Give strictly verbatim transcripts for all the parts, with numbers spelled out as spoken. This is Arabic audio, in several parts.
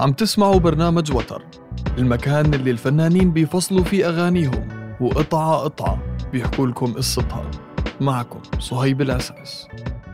عم تسمعوا برنامج وتر، المكان اللي الفنانين بيفصلوا فيه أغانيهم وقطعة قطعة بيحكوا لكم قصتها. معكم صهيب العساس.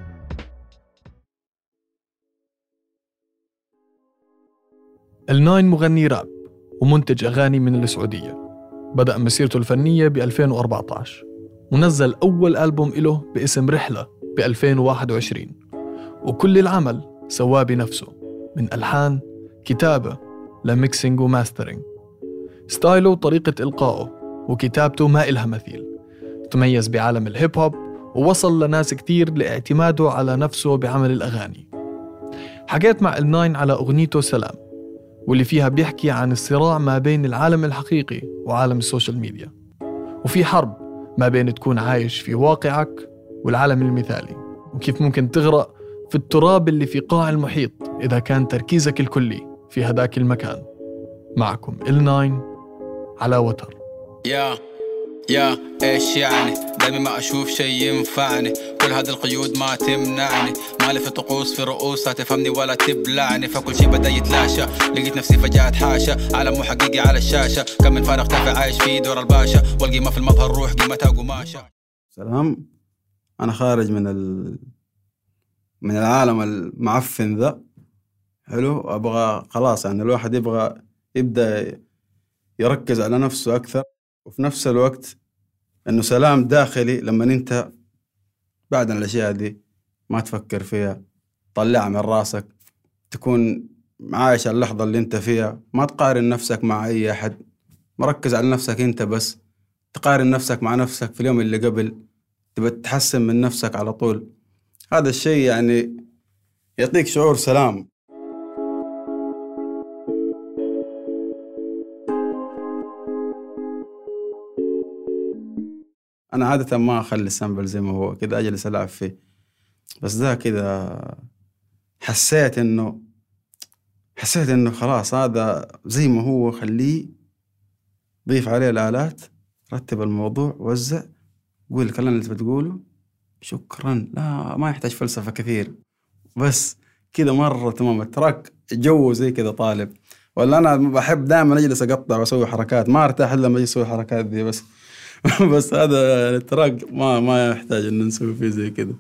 الناين مغني راب ومنتج أغاني من السعودية. بدأ مسيرته الفنية ب ألفين وأربعة عشر ونزل أول ألبوم إله باسم رحلة ب ألفين وواحد وعشرين، وكل العمل سواه بنفسه من ألحان، كتابة، لميكسينج وماسترينج. ستايله وطريقة إلقائه وكتابته ما إلها مثيل. تميز بعالم الهيب هوب ووصل لناس كتير لاعتماده على نفسه بعمل الأغاني. حكيت مع الناين على أغنيته سلام، واللي فيها بيحكي عن الصراع ما بين العالم الحقيقي وعالم السوشيال ميديا، وفي حرب ما بين تكون عايش في واقعك والعالم المثالي، وكيف ممكن تغرق في التراب اللي في قاع المحيط إذا كان تركيزك الكلي في هداك المكان. معكم الناين على وتر. يا يا ايش يعني دايما ما اشوف شيء ينفعني، كل هذه القيود ما تمنعني، مالي في طقوس في رؤوسها تفهمني ولا تبلعني، فكل شيء بدا يتلاشى، لقيت نفسي فجأة اتحاشى، عالم مو حقيقي على الشاشة، كم من فارغ تافه عايش في دور الباشا، والقيمة في المظهر روح قيمتها قماشة. سلام، انا خارج من ال... من العالم المعفن ذا، حلو، ابغى خلاص يعني الواحد يبغى يبدا يركز على نفسه اكثر، وفي نفس الوقت انه سلام داخلي لما انت بعد الاشياء دي ما تفكر فيها، طلعها من راسك، تكون عايش اللحظة اللي انت فيها، ما تقارن نفسك مع اي احد، مركز على نفسك انت بس، تقارن نفسك مع نفسك في اليوم اللي قبل، تبى تحسن من نفسك على طول. هذا الشيء يعني يعطيك شعور سلام. أنا عادة ما أخلي السامبل زي ما هو كده، أجلس ألعب فيه، بس ذا كده حسيت إنه حسيت إنه خلاص هذا زي ما هو، خليه، ضيف عليه الآلات، رتب الموضوع، وزع، قول الكلام اللي بتقوله، شكرا، لا ما يحتاج فلسفة كثير، بس كده مرة تمام. التراك جو زي كده طالب، ولا أنا بحب دائما أجلس أقطع وأسوي حركات، ما أرتاح إلا لما أجي أسوي حركات دي بس. بس هذا التراك ما ما يحتاج إن نسوي فيه زي كده.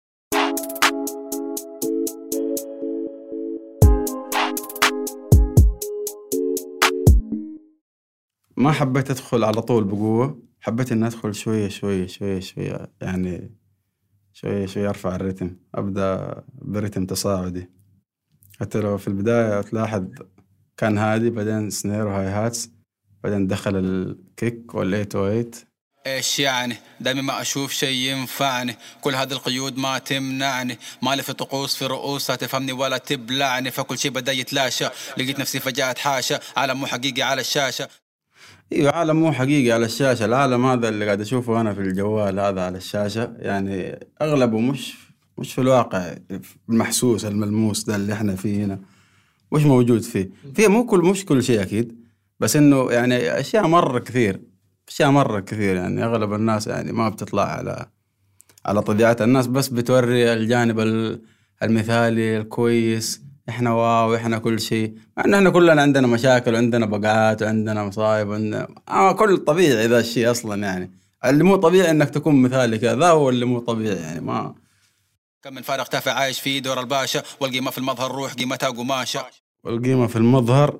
ما حبيت أدخل على طول بقوة، حبيت إن أدخل شوية شوية شوية شوية، يعني شوية شوية أرفع الريتم، أبدأ بريتم تصاعدي. حتى لو في البداية تلاحظ كان هادي، بعدين سنير وهاي هاتس، بعدين دخل الكيك والإيت وإيت. ايش يعني دايما ما اشوف شيء ينفعني، كل هذه القيود ما تمنعني، مالي في طقوس في رؤوسها تفهمني ولا تبلعني، فكل شيء بدا يتلاشى، لقيت نفسي فجأة اتحاشى، عالم مو حقيقي على الشاشة. ايوه، عالم مو حقيقي على الشاشة، العالم هذا اللي قاعد اشوفه انا في الجوال هذا على الشاشة، يعني اغلبه مش مش في الواقع المحسوس الملموس ده اللي احنا فيه هنا، مش موجود فيه. فيه مو كل مش كل شيء اكيد، بس انه يعني اشياء مرة كثير، اشياء مرة كثير، يعني اغلب الناس يعني ما بتطلع على على طبيعة الناس، بس بتوري الجانب المثالي الكويس، احنا واو، احنا كل شيء، مع ان احنا كلنا عندنا مشاكل وعندنا بقعات وعندنا مصايب وعندنا آه كل طبيعي ذا الشيء اصلا. يعني اللي مو طبيعي انك تكون مثالي كذا، هو اللي مو طبيعي، يعني ما كم من فارغ تافه عايش في دور الباشا، والقيمة في المظهر روح قيمتها قماشة. والقيمة في المظهر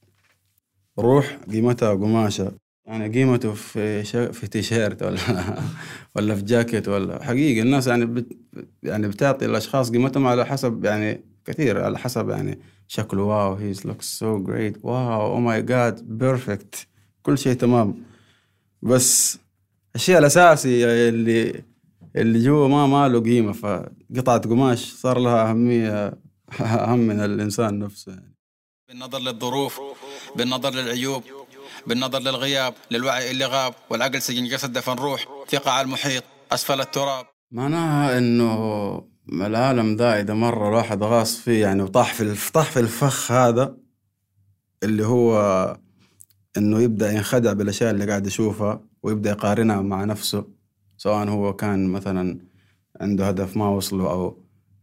روح قيمتها قماشة، يعني قيمته في شا... في تيشيرت ولا ولا في جاكيت، ولا حقيقة الناس يعني بت... يعني بتعطي الأشخاص قيمتهم على حسب، يعني كثير على حسب يعني شكله، واو he looks so great، واو oh my god perfect، كل شيء تمام، بس الشيء الأساسي اللي اللي جوا ما ما له قيمة، فقطعة قماش صار لها أهمية أهم من الإنسان نفسه. يعني بالنظر للظروف، بالنظر للعيوب، بالنظر للغياب، للوعي اللي غاب، والعقل سجن جسد دفن روح في قاع المحيط أسفل التراب. معناها إنه العالم ذا إذا مرة الواحد غاص فيه يعني وطاح في طاح في الفخ هذا، اللي هو إنه يبدأ ينخدع بالأشياء اللي قاعد يشوفها ويبدأ يقارنها مع نفسه، سواء هو كان مثلا عنده هدف ما وصله، أو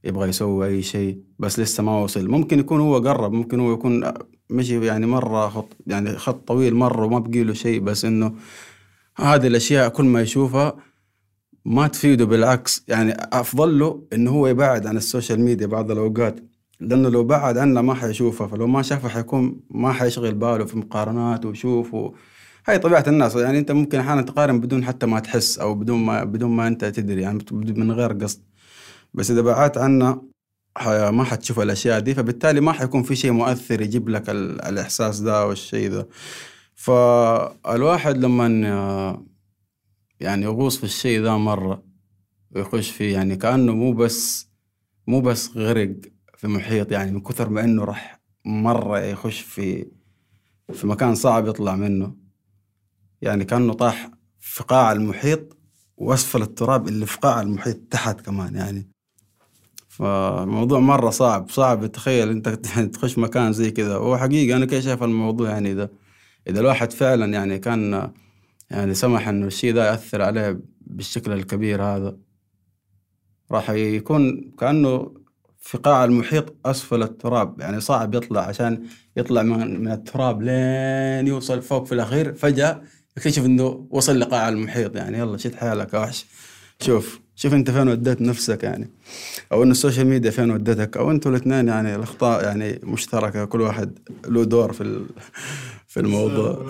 يبغى يسوي أي شيء بس لسه ما وصل. ممكن يكون هو قرب، ممكن هو يكون مشي يعني مرة خط يعني خط طويل مرة وما بقي له شيء، بس إنه هذه الأشياء كل ما يشوفها ما تفيده، بالعكس يعني أفضل له إنه هو يبعد عن السوشيال ميديا بعض الأوقات، لأنه لو بعد عنه ما حيشوفها، فلو ما شافه حيكون ما حيشغل باله في مقارنات ويشوفه. هاي طبيعة الناس، يعني أنت ممكن أحيانا تقارن بدون حتى ما تحس أو بدون ما بدون ما أنت تدري، يعني من غير قصد. بس إذا بعدت عنه ما حتشوف الأشياء دي، فبالتالي ما حيكون في شيء مؤثر يجيب لك الإحساس ده والشيء ده. فالواحد لما يعني يغوص في الشيء ذا مرة ويخش فيه، يعني كأنه مو بس مو بس غرق في محيط، يعني من كثر ما إنه رح مرة يخش في في مكان صعب يطلع منه، يعني كأنه طاح في قاع المحيط وأسفل التراب اللي في قاع المحيط تحت كمان يعني. فموضوع مرة صعب صعب تخيل أنت تخش مكان زي كذا. هو حقيقة أنا كيف شايف الموضوع يعني ده، إذا الواحد فعلا يعني كان يعني سمح إنه الشيء ده يأثر عليه بالشكل الكبير هذا، راح يكون كأنه في قاع المحيط أسفل التراب، يعني صعب يطلع، عشان يطلع من, من التراب لين يوصل فوق في الأخير فجأة يكتشف إنه وصل لقاع المحيط. يعني يلا شد حالك يا وحش، شوف شوف أنت فين وديت نفسك يعني، أو إن السوشيال ميديا فين ودتك، أو أنتوا الاثنين يعني الأخطاء يعني مشتركة، كل واحد له دور في في الموضوع.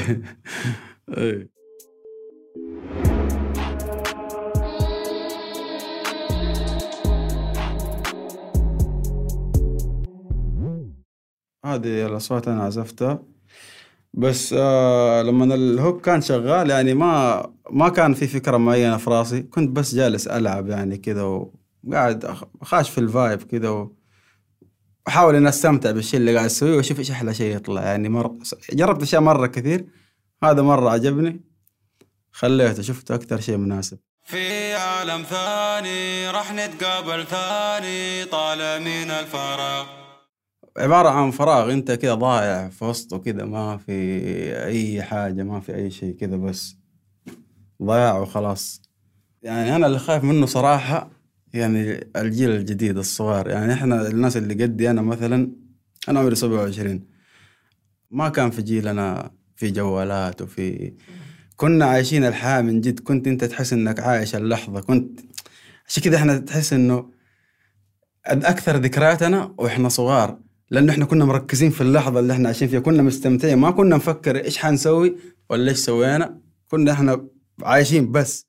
هذه الأصوات أنا عزفتها بس آه لما الهوك كان شغال يعني ما ما كان في فكرة معينة في راسي، كنت بس جالس ألعب يعني كذا وقاعد خاش في الفايب كذا، وأحاول إن أستمتع بالشيء اللي قاعد أسويه وأشوف إيش أحلى شيء يطلع. يعني مرة جربت أشياء مرة كثير، هذا مرة عجبني خليته شفته أكثر شيء مناسب. في عالم ثاني راح نتقابل ثاني، طالع من الفراغ، عبارة عن فراغ، أنت كذا ضايع في وسطه كذا، ما في أي حاجة، ما في أي شيء كذا، بس ضياع وخلاص. يعني أنا اللي خايف منه صراحة يعني الجيل الجديد الصغار، يعني إحنا الناس اللي قدي أنا مثلا، أنا عمري سبعة وعشرين، ما كان في جيلنا في جوالات وفي، كنا عايشين الحياة من جد، كنت أنت تحس إنك عايش اللحظة، كنت عشان كذا إحنا تحس إنه أكثر ذكرياتنا وإحنا صغار، لأنه إحنا كنا مركزين في اللحظة اللي إحنا عايشين فيها، كنا مستمتعين، ما كنا نفكر إيش حنسوي ولا إيش سوينا، كنا إحنا عايشين بس.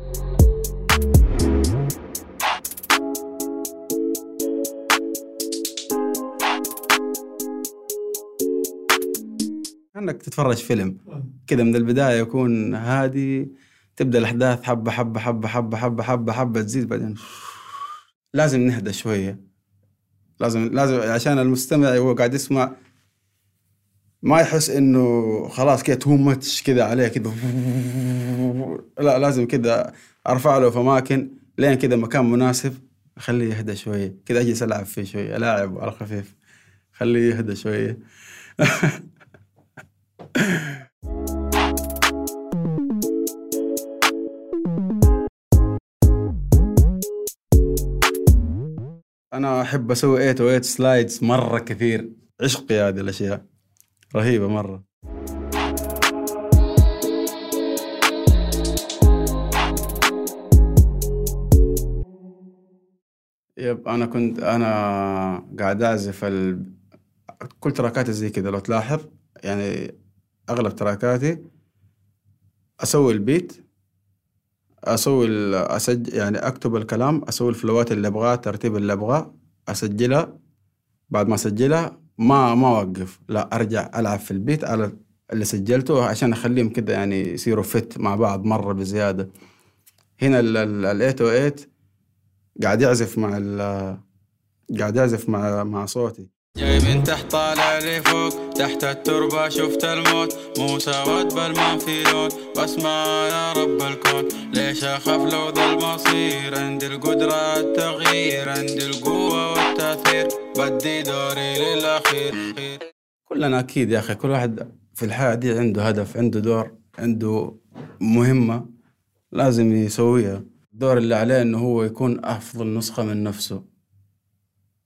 كأنك تتفرج فيلم كذا من البداية، يكون هادي، تبدأ الأحداث حبة حبة حبة حبة حبة حبة حبة تزيد، بعدين لازم نهدى شوية، لازم لازم عشان المستمع هو قاعد يسمع ما يحس إنه خلاص كده تو ماتش كده عليه كده، لا لازم كده أرفع له في أماكن لين كده مكان مناسب، خليه يهدى شوية كده، أجلس ألعب فيه شوية، ألاعب على خفيف، خليه يهدى شوية. أنا أحب أسوي إيت أو إيت سلايدز مرة كثير، عشقي هذه الأشياء رهيبة مرة. يب أنا كنت أنا قاعد أعزف ال... كل تراكاتي زي كذا لو تلاحظ، يعني أغلب تراكاتي أسوي البيت، أسوي أسجل يعني أكتب الكلام، أسوي الفلوات اللي أبغاه، الترتيب اللي أبغاه، أسجلها، بعد ما أسجلها ما ما أوقف، لا أرجع ألعب في البيت على اللي سجلته عشان أخليهم كده يعني يصيروا فت مع بعض مرة بزيادة. هنا ال إيت أو إيت قاعد يعزف مع ال قاعد يعزف مع مع صوتي. جاي من تحت طالع لي فوق، تحت التربة شفت الموت، مو سواد بل ما في لون، بسمع يا رب الكون، ليش أخاف لو ذا المصير، عندي القدرة التغيير، عندي القوة والتأثير، بدي دوري للأخير. كلنا أكيد يا أخي، كل واحد في الحياة دي عنده هدف، عنده دور، عنده مهمة لازم يسويها، الدور اللي عليه إنه هو يكون أفضل نسخة من نفسه،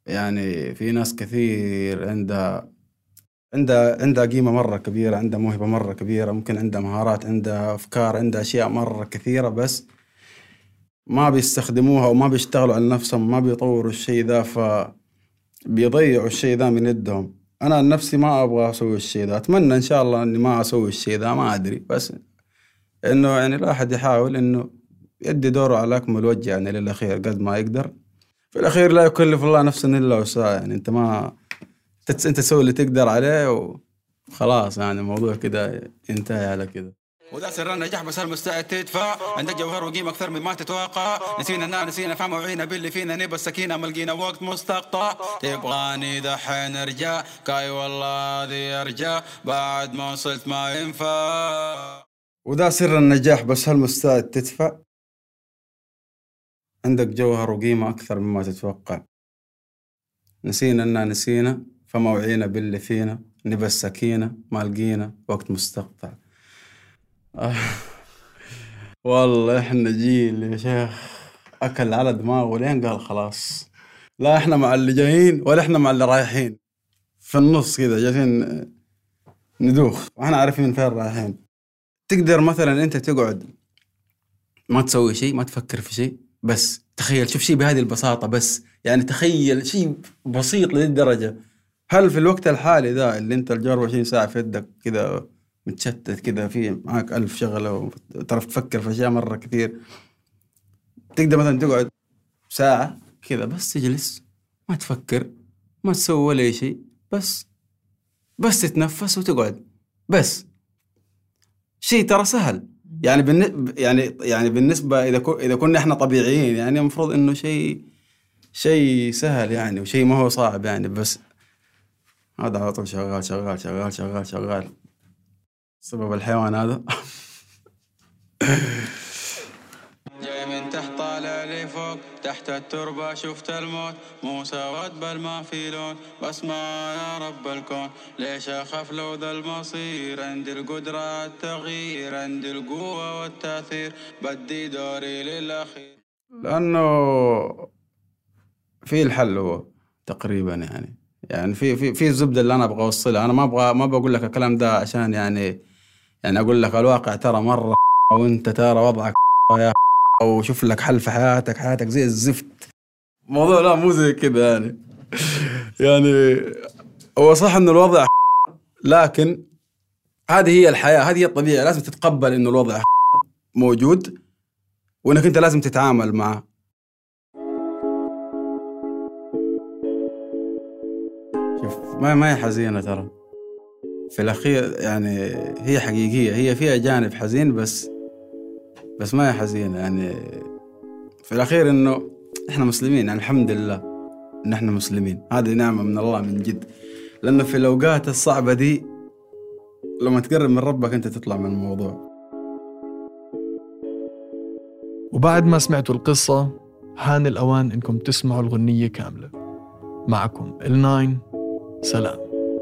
يعني في ناس كثير عندها عندها عندها قيمة مرة كبيرة، عندها موهبة مرة كبيرة، ممكن عندها مهارات، عندها أفكار، عندها أشياء مرة كثيرة، بس ما بيستخدموها وما بيشتغلوا على نفسهم، ما بيطوروا الشيء ذا، فبيضيعوا الشيء ذا من يدهم. أنا عن نفسي ما أبغى أسوي الشيء ذا، أتمنى إن شاء الله إني ما أسوي الشيء ذا، ما أدري، بس إنه يعني الواحد يحاول إنه يدي دوره على أكمل وجه يعني للأخير قد ما يقدر. في الأخير لا يكلف الله نفسا إلا وسعها، يعني أنت ما أنت تسوي اللي تقدر عليه وخلاص، يعني الموضوع كده ينتهي على كده. وده سر النجاح بس المستعد تدفع، عندك جوهر وقيمة أكثر من ما تتوقع، نسينا النا نسينا فهم وعينا باللي فينا، نبى السكينة ملقينا وقت مستقطع، تبغاني دحين ارجع كاي والله ذي ارجع بعد ما وصلت ما ينفع. وده سر النجاح بس هالمستعد تدفع، عندك جوهر وقيمة أكثر مما تتوقع، نسينا إننا نسينا فما وعينا باللي فينا، نبى السكينة ما لقينا وقت مستقطع. آه. والله إحنا جيل يا شيخ أكل على دماغه لين قال خلاص، لا إحنا مع اللي جايين ولا إحنا مع اللي رايحين، في النص كذا جالسين ندوخ وإحنا عارفين فين رايحين. تقدر مثلا أنت تقعد ما تسوي شيء، ما تفكر في شيء، بس تخيل، شوف شيء بهذه البساطة، بس يعني تخيل شيء بسيط لهذه الدرجة. هل في الوقت الحالي ذا اللي انت الأربعة وعشرين ساعة في يدك كذا متشتت كذا، في معك ألف شغلة وتعرف تفكر في أشياء مرة كثير، تقدر مثلا تقعد ساعة كذا بس تجلس ما تفكر ما تسوي ولا شيء، بس بس تتنفس وتقعد، بس شيء ترى سهل يعني بالن... يعني يعني بالنسبة إذا كو... إذا كنا إحنا طبيعيين يعني المفروض إنه شيء شيء سهل يعني، وشيء ما هو صعب يعني، بس هذا على طول شغال شغال شغال شغال شغال سبب الحيوان هذا. جاي من تحت طالع لي فوق، تحت التربة شفت الموت، مو سواد بل ما في لون، بس ما يا رب الكون، ليش أخاف لو ذا المصير، عندي القدرة على التغيير، عندي القوة والتأثير، بدي دوري للأخير. لأنه في الحل هو تقريبا يعني يعني في في في الزبدة اللي أنا أبغى أوصلها. أنا ما أبغى ما بقول لك الكلام ده عشان يعني يعني أقول لك الواقع ترى مرة وأنت ترى وضعك يا أو شوف لك حل في حياتك، حياتك زي الزفت. موضوع لا مو زي كذا يعني يعني هو صح إنه الوضع لكن هذه هي الحياة، هذه هي الطبيعة، لازم تتقبل إنه الوضع موجود وإنك أنت لازم تتعامل معه. شوف ما ما هي حزينة ترى في الأخير يعني، هي حقيقية، هي فيها جانب حزين بس بس ما هي حزينة يعني. في الأخير إنه إحنا مسلمين يعني، الحمد لله إن إحنا مسلمين، هذه نعمة من الله من جد، لأنه في الأوقات الصعبة دي لما تقرب من ربك أنت تطلع من الموضوع. وبعد ما سمعتوا القصة حان الأوان إنكم تسمعوا الغنية كاملة. معكم الناين، سلام.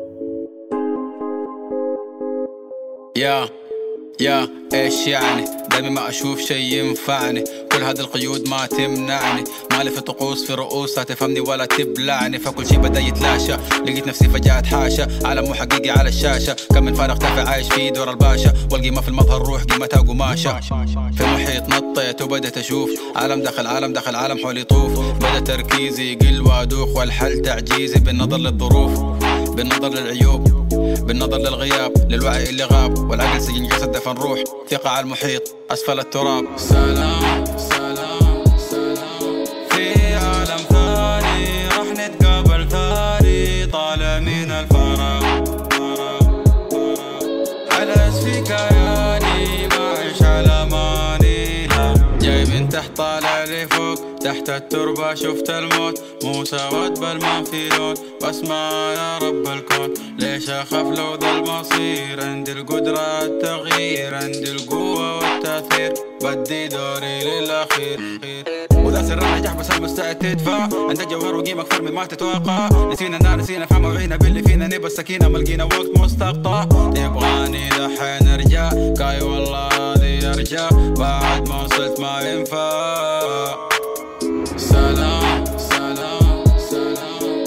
يا يا ايش يعني دايما ما اشوف شيء ينفعني، كل هذه القيود ما تمنعني، مالي في طقوس في رؤوس لا تفهمني ولا تبلعني، فكل شيء بدا يتلاشى، لقيت نفسي فجأة اتحاشى، عالم مو حقيقي على الشاشة، كم من فارغ تافه عايش في دور الباشا، والقيمة في المظهر روح قيمتها قماشة، في محيط نطيت وبدأت اشوف عالم داخل عالم داخل عالم حولي يطوف، بدا تركيزي يقل وادوخ، والحل تعجيزي بالنظر للظروف، بالنظر للعيوب، بالنظر للغياب، للوعي اللي غاب، والعقل سجن جسد دفن روح، ثقة على المحيط أسفل التراب. سلام سلام سلام في عالم ثاني راح نتقابل ثاني، طالع من الفراغ فراغ فراغ على اسفي كياني، ما عيش على ماني، لا جاي من تحت طالع لي فوق، تحت التربة شفت الموت، مو سواد بل ما في لون، بس ما يا رب الكون، ليش أخاف لو ذا المصير، عندي القدرة على التغيير، عندي القوة والتأثير، بدي دوري للأخير. وذا سر النجاح بس المستعد تدفع، عندك جوهر وقيمة أكثر من ما تتوقع، نسينا النا نسينا فهم وعينا باللي فينا، نبى السكينة ما لقينا وقت مستقطع، تبغاني دحين ارجع كاي والله هذه ارجع بعد ما وصلت ما ينفع. سلام سلام سلام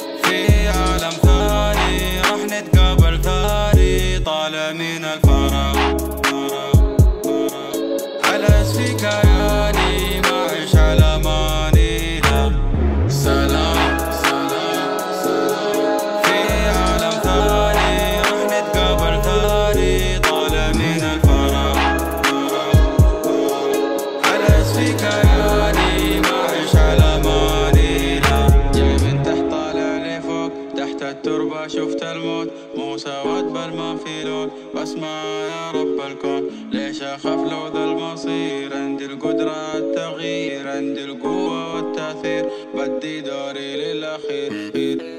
شفت الموت مو سواد بل ما في لون، بسمع يا رب الكون ليش أخاف لو ذا المصير، عندي القدرة على التغيير، عندي القوة والتأثير، بدي دوري للأخير.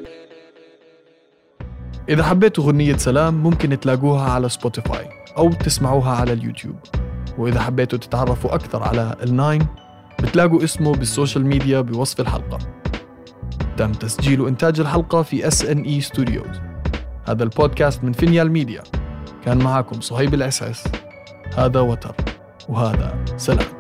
إذا حبيتوا غنية سلام ممكن تلاقوها على سبوتيفاي أو تسمعوها على اليوتيوب، وإذا حبيتوا تتعرفوا أكثر على الناين بتلاقوا اسمه بالسوشيال ميديا بوصف الحلقة. تم تسجيل وإنتاج الحلقة في إس إن إي ستوديوز. هذا البودكاست من فينيال ميديا، كان معكم صهيب العسعس. هذا وتر وهذا سلام.